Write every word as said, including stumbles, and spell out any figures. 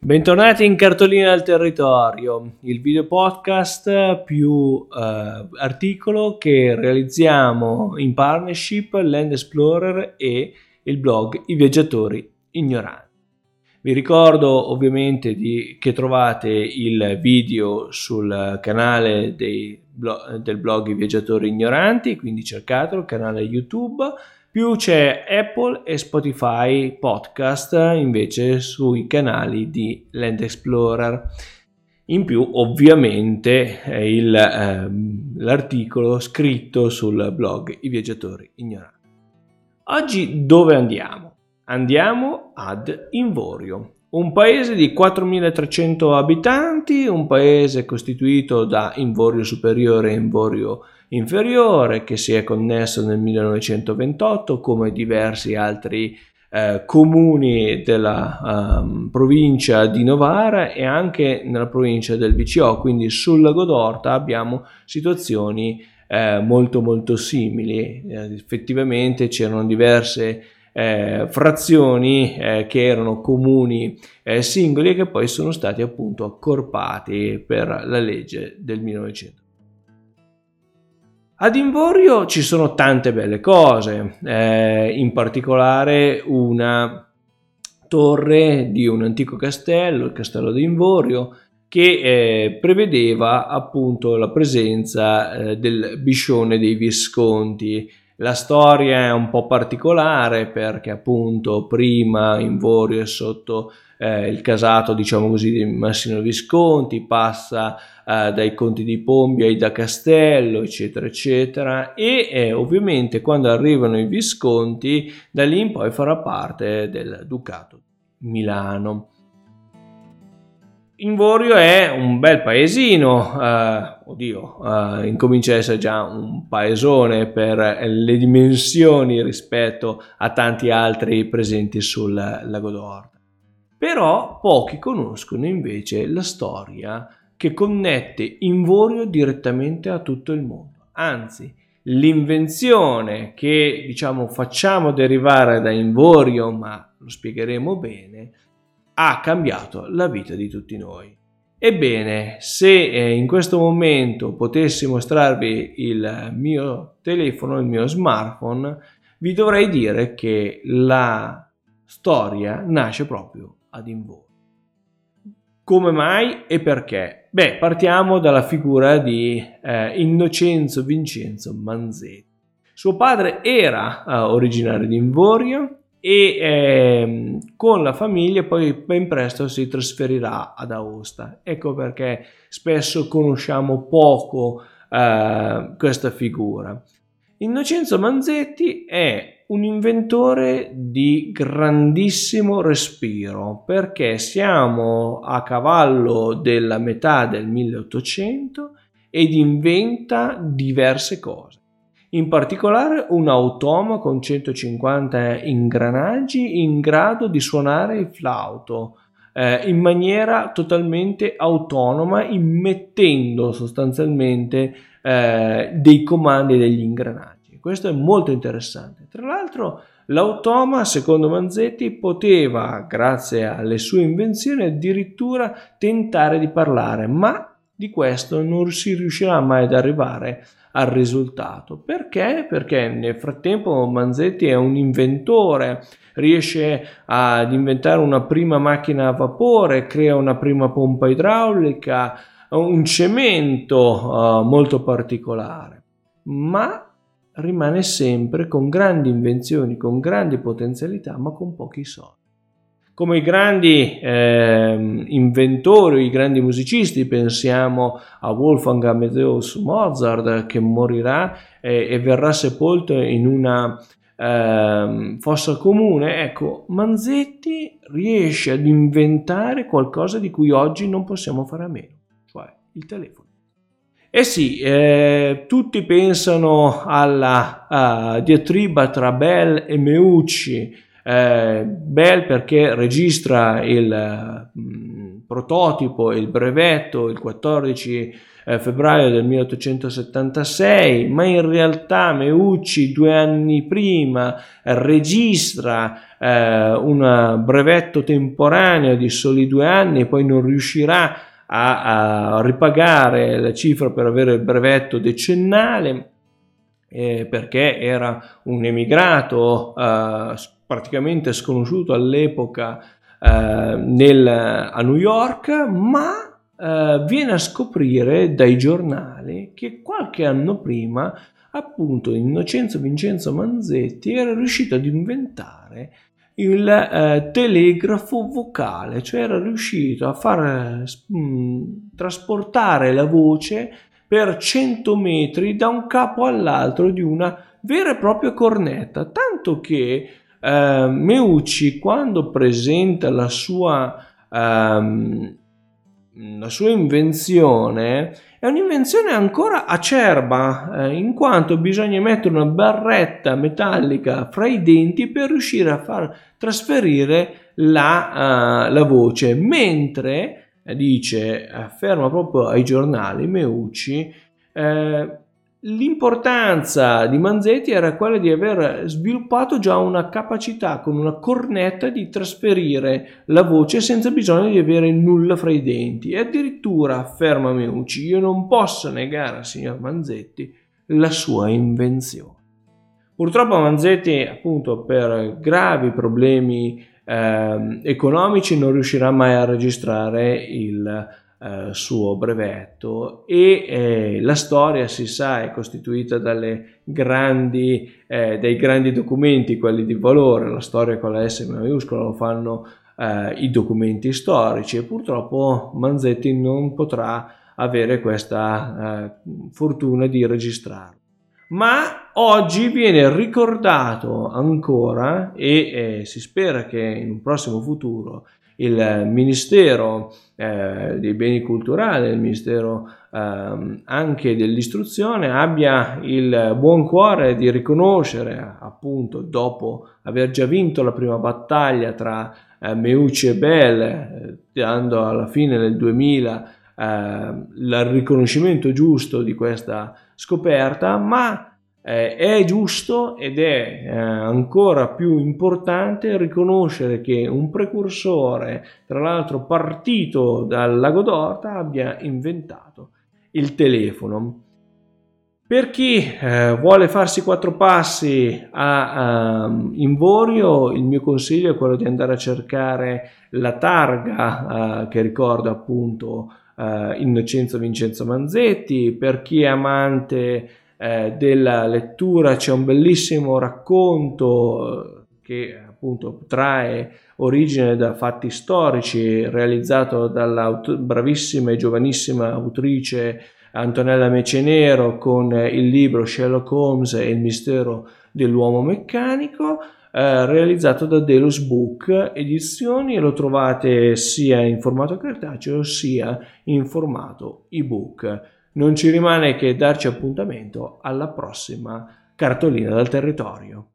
Bentornati in Cartolina del Territorio, il video podcast più eh, articolo che realizziamo in partnership Land Explorer e il blog I Viaggiatori Ignoranti. Vi ricordo ovviamente di, che trovate il video sul canale dei, del blog I Viaggiatori Ignoranti, quindi cercatelo, canale YouTube. Più c'è Apple e Spotify podcast invece sui canali di Land Explorer. In più ovviamente il, ehm, l'articolo scritto sul blog I Viaggiatori Ignoranti. Oggi dove andiamo? Andiamo ad Invorio, un paese di quattromilatrecento abitanti, un paese costituito da Invorio Superiore e Invorio Inferiore, che si è connesso nel millenovecentoventotto come diversi altri eh, comuni della um, provincia di Novara e anche nella provincia del V C O, quindi sul lago d'Orta abbiamo situazioni eh, molto molto simili. Eh, effettivamente c'erano diverse Eh, frazioni eh, che erano comuni eh, singoli e che poi sono stati appunto accorpati per la legge del millenovecento. Ad Invorio ci sono tante belle cose, eh, in particolare una torre di un antico castello, il castello di Invorio, che eh, prevedeva appunto la presenza eh, del biscione dei Visconti. La storia è un po' particolare perché appunto prima Invorio è sotto eh, il casato, diciamo così, di Massimo Visconti, passa eh, dai conti di Pombia ai da Castello, eccetera, eccetera, e eh, ovviamente quando arrivano i Visconti, da lì in poi farà parte del Ducato di Milano. Invorio è un bel paesino, eh, oddio, eh, incomincia a essere già un paesone per le dimensioni rispetto a tanti altri presenti sul lago d'Orta. Però pochi conoscono invece la storia che connette Invorio direttamente a tutto il mondo. Anzi, l'invenzione che diciamo facciamo derivare da Invorio, ma lo spiegheremo bene, ha cambiato la vita di tutti noi. Ebbene, se eh, in questo momento potessi mostrarvi il mio telefono, il mio smartphone, vi dovrei dire che la storia nasce proprio ad Invorio. Come mai e perché? Beh, partiamo dalla figura di eh, Innocenzo Vincenzo Manzetti. Suo padre era eh, originario di Invorio e eh, con la famiglia poi ben presto si trasferirà ad Aosta. Ecco perché spesso conosciamo poco eh, questa figura. Innocenzo Manzetti è un inventore di grandissimo respiro perché siamo a cavallo della metà del milleottocento ed inventa diverse cose. In particolare un automa con centocinquanta ingranaggi in grado di suonare il flauto eh, in maniera totalmente autonoma, immettendo sostanzialmente eh, dei comandi e degli ingranaggi. Questo è molto interessante. Tra l'altro l'automa, secondo Manzetti, poteva, grazie alle sue invenzioni, addirittura tentare di parlare, ma di questo non si riuscirà mai ad arrivare al risultato. Perché? Perché nel frattempo Manzetti è un inventore, riesce ad inventare una prima macchina a vapore, crea una prima pompa idraulica, un cemento uh, molto particolare, ma rimane sempre con grandi invenzioni, con grandi potenzialità, ma con pochi soldi. Come i grandi eh, inventori, i grandi musicisti, pensiamo a Wolfgang Amadeus Mozart che morirà eh, e verrà sepolto in una eh, fossa comune. Ecco, Manzetti riesce ad inventare qualcosa di cui oggi non possiamo fare a meno, cioè il telefono. Eh sì, eh, tutti pensano alla uh, diatriba tra Bell e Meucci. Eh, Bell perché registra il mh, prototipo, il brevetto il quattordici eh, febbraio del milleottocentosettantasei, ma in realtà Meucci due anni prima registra eh, un brevetto temporaneo di soli due anni e poi non riuscirà a, a ripagare la cifra per avere il brevetto decennale, eh, perché era un emigrato eh, praticamente sconosciuto all'epoca eh, nel, a New York, ma eh, viene a scoprire dai giornali che qualche anno prima appunto Innocenzo Vincenzo Manzetti era riuscito ad inventare il eh, telegrafo vocale, cioè era riuscito a far mh, trasportare la voce per cento metri da un capo all'altro di una vera e propria cornetta, tanto che eh, Meucci, quando presenta la sua, ehm, la sua invenzione, è un'invenzione ancora acerba, eh, in quanto bisogna mettere una barretta metallica fra i denti per riuscire a far trasferire la, uh, la voce, mentre eh, dice, afferma proprio ai giornali Meucci, eh, l'importanza di Manzetti era quella di aver sviluppato già una capacità con una cornetta di trasferire la voce senza bisogno di avere nulla fra i denti, e addirittura afferma Meucci: io non posso negare al signor Manzetti la sua invenzione. Purtroppo Manzetti, appunto, per gravi problemi eh, economici non riuscirà mai a registrare il eh, suo brevetto, e eh, la storia, si sa, è costituita dalle grandi, eh, dai grandi documenti, quelli di valore. La storia con la S maiuscola lo fanno eh, i documenti storici, e purtroppo Manzetti non potrà avere questa eh, fortuna di registrarlo. Ma oggi viene ricordato ancora, e eh, si spera che in un prossimo futuro il Ministero eh, dei Beni Culturali, il Ministero eh, anche dell'Istruzione abbia il buon cuore di riconoscere, appunto, dopo aver già vinto la prima battaglia tra eh, Meucci e Bell, eh, dando alla fine del duemila eh, il riconoscimento giusto di questa scoperta, ma eh, è giusto ed è eh, ancora più importante riconoscere che un precursore, tra l'altro partito dal Lago d'Orta, abbia inventato il telefono. Per chi eh, vuole farsi quattro passi a, a Invorio, il mio consiglio è quello di andare a cercare la targa eh, che ricorda appunto eh, Innocenzo Vincenzo Manzetti. Per chi è amante eh, della lettura, c'è un bellissimo racconto che appunto trae origine da fatti storici, realizzato dalla bravissima e giovanissima autrice Antonella Mecenero, con il libro Sherlock Holmes e il mistero dell'uomo meccanico, eh, realizzato da Delos Book Edizioni, e lo trovate sia in formato cartaceo sia in formato ebook. Non ci rimane che darci appuntamento alla prossima cartolina dal territorio.